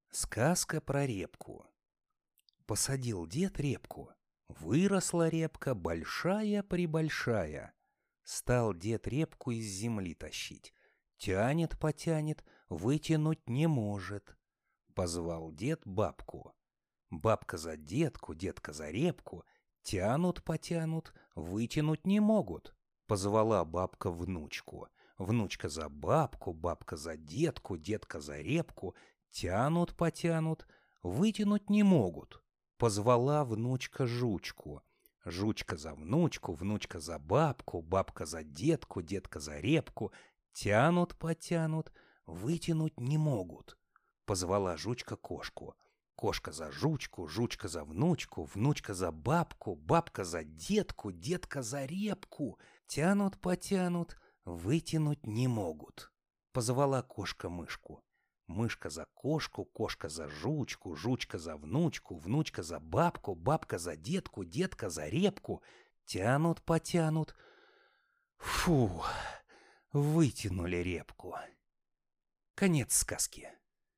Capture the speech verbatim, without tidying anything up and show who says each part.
Speaker 1: Сказка про репку. Посадил дед репку. Выросла репка большая-пребольшая. Стал дед репку из земли тащить. Тянет-потянет, вытянуть не может. Позвал дед бабку. Бабка за детку, детка за репку. Тянут-потянут, вытянуть не могут. Позвала бабка внучку. Внучка за бабку, бабка за детку, детка за репку. Тянут-потянут, вытянуть не могут. Позвала внучка жучку. Жучка за внучку, внучка за бабку, бабка за детку, детка за репку. Тянут-потянут, вытянуть не могут. Позвала жучка кошку. Кошка за жучку, жучка за внучку, внучка за бабку, бабка за детку, детка за репку. Тянут-потянут, вытянуть не могут. Позвала кошка мышку. Мышка за кошку, кошка за жучку, жучка за внучку, внучка за бабку, бабка за детку, детка за репку. Тянут-потянут. Фу, вытянули репку. Конец сказки.